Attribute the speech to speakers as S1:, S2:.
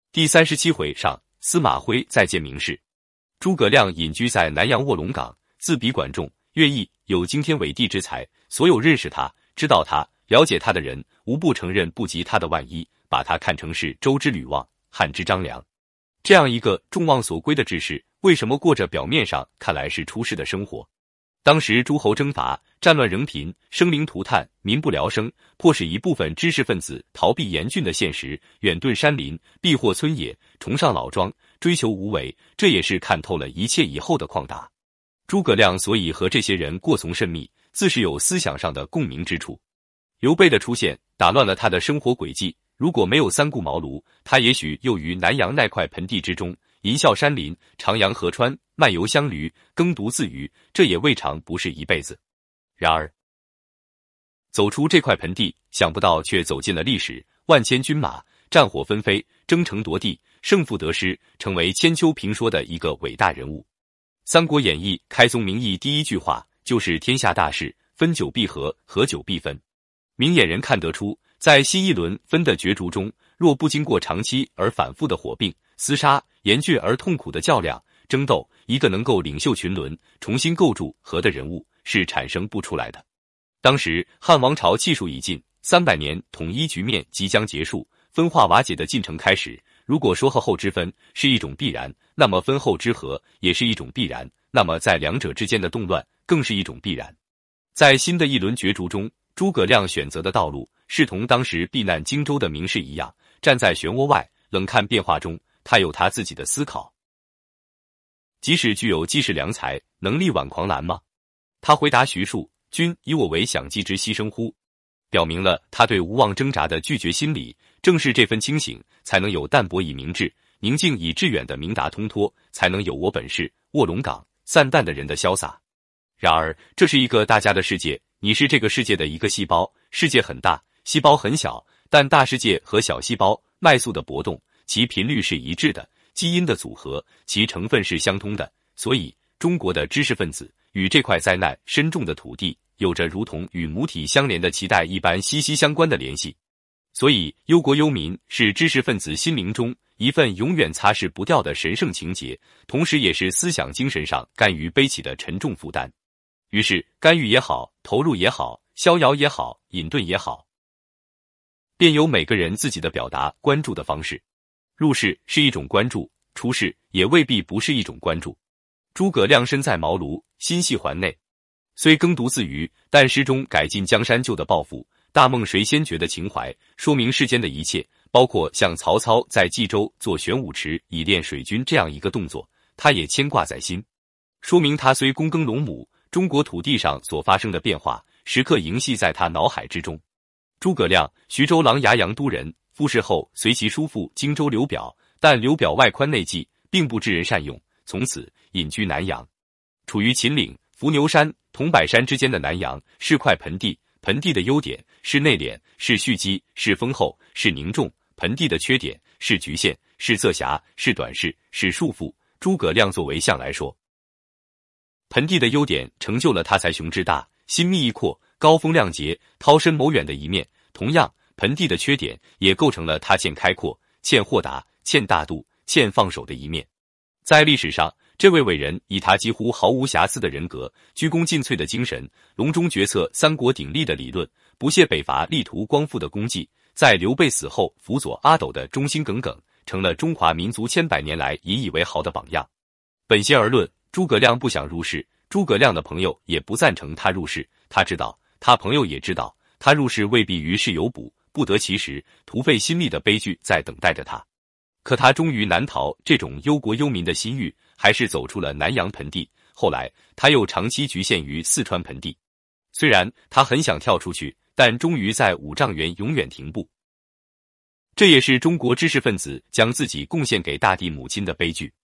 S1: 第37回上，司马徽再见名士。诸葛亮隐居在南阳卧龙岗，自比管仲、乐毅，有惊天伟地之才。所有认识他、知道他、了解他的人，无不承认不及他的万一，把他看成是周之吕望、汉之张良。这样一个众望所归的志士，为什么过着表面上看来是出世的生活？当时诸侯征伐，战乱仍频，生灵涂炭，民不聊生，迫使一部分知识分子逃避严峻的现实，远遁山林，避祸村野，崇尚老庄，追求无为，这也是看透了一切以后的旷达。诸葛亮所以和这些人过从甚密，自是有思想上的共鸣之处。刘备的出现打乱了他的生活轨迹，如果没有三顾茅庐，他也许又于南阳那块盆地之中，吟啸山林，徜徉河川，漫游乡闾，耕读自娱，这也未尝不是一辈子。然而走出这块盆地，想不到却走进了历史，万千军马，战火纷飞，争城夺地，胜负得失，成为千秋评说的一个伟大人物。《三国演义》开宗明义第一句话就是天下大事，分久必合，合久必分。明眼人看得出，在新一轮分的角逐中，若不经过长期而反复的火并、厮杀，严峻而痛苦的较量、争斗，一个能够领袖群伦、重新构筑和的人物是产生不出来的。当时汉王朝气数已尽，300年统一局面即将结束，分化瓦解的进程开始。如果说合后之分是一种必然，那么分后之合也是一种必然，那么在两者之间的动乱更是一种必然。在新的一轮角逐中，诸葛亮选择的道路是同当时避难荆州的名士一样，站在漩涡外，冷看变化中，他有他自己的思考。即使具有济世良才，能力挽狂澜吗？他回答徐庶：君以我为享祭之牺牲乎？表明了他对无望挣扎的拒绝心理。正是这份清醒，才能有淡泊以明志，宁静以致远的明达通脱，才能有我本是卧龙岗散淡的人的潇洒。然而这是一个大家的世界，你是这个世界的一个细胞，世界很大，细胞很小，但大世界和小细胞脉速的搏动，其频率是一致的，基因的组合，其成分是相通的。所以中国的知识分子与这块灾难深重的土地有着如同与母体相连的脐带一般息息相关的联系。所以忧国忧民是知识分子心灵中一份永远擦拭不掉的神圣情节，同时也是思想精神上甘于背起的沉重负担。于是干预也好，投入也好，逍遥也好，隐遁也好，便有每个人自己的表达关注的方式。入世是一种关注，出世也未必不是一种关注。诸葛亮身在茅庐，心系环内，虽耕读自娱，但诗中改尽江山旧的抱负，大梦谁先觉的情怀，说明世间的一切，包括像曹操在冀州做玄武池以练水军这样一个动作，他也牵挂在心，说明他虽躬耕陇亩，中国土地上所发生的变化，时刻萦系在他脑海之中。诸葛亮，徐州琅琊阳都人，复仕后随其叔父荆州刘表，但刘表外宽内忌，并不知人善用，从此隐居南阳。处于秦岭、伏牛山、桐柏山之间的南阳是块盆地，盆地的优点是内敛，是蓄积，是丰厚，是凝重；盆地的缺点是局限，是仄狭，是短视，是束缚。诸葛亮作为相来说，盆地的优点成就了他才雄志大、心密意阔、高风亮节、涛深谋远的一面，同样盆地的缺点也构成了他欠开阔、欠豁达、欠大度、欠放手的一面。在历史上，这位伟人以他几乎毫无瑕疵的人格、鞠躬尽瘁的精神、隆中决策三国鼎立的理论、不懈北伐力图光复的功绩，在刘备死后辅佐阿斗的忠心耿耿，成了中华民族千百年来引以为豪的榜样。本心而论，诸葛亮不想入世，诸葛亮的朋友也不赞成他入世，他知道，他朋友也知道，他入世未必于事有补，不得其时，徒费心力的悲剧在等待着他。可他终于难逃这种忧国忧民的心欲，还是走出了南阳盆地。后来他又长期局限于四川盆地，虽然他很想跳出去，但终于在5丈原永远停步。这也是中国知识分子将自己贡献给大地母亲的悲剧。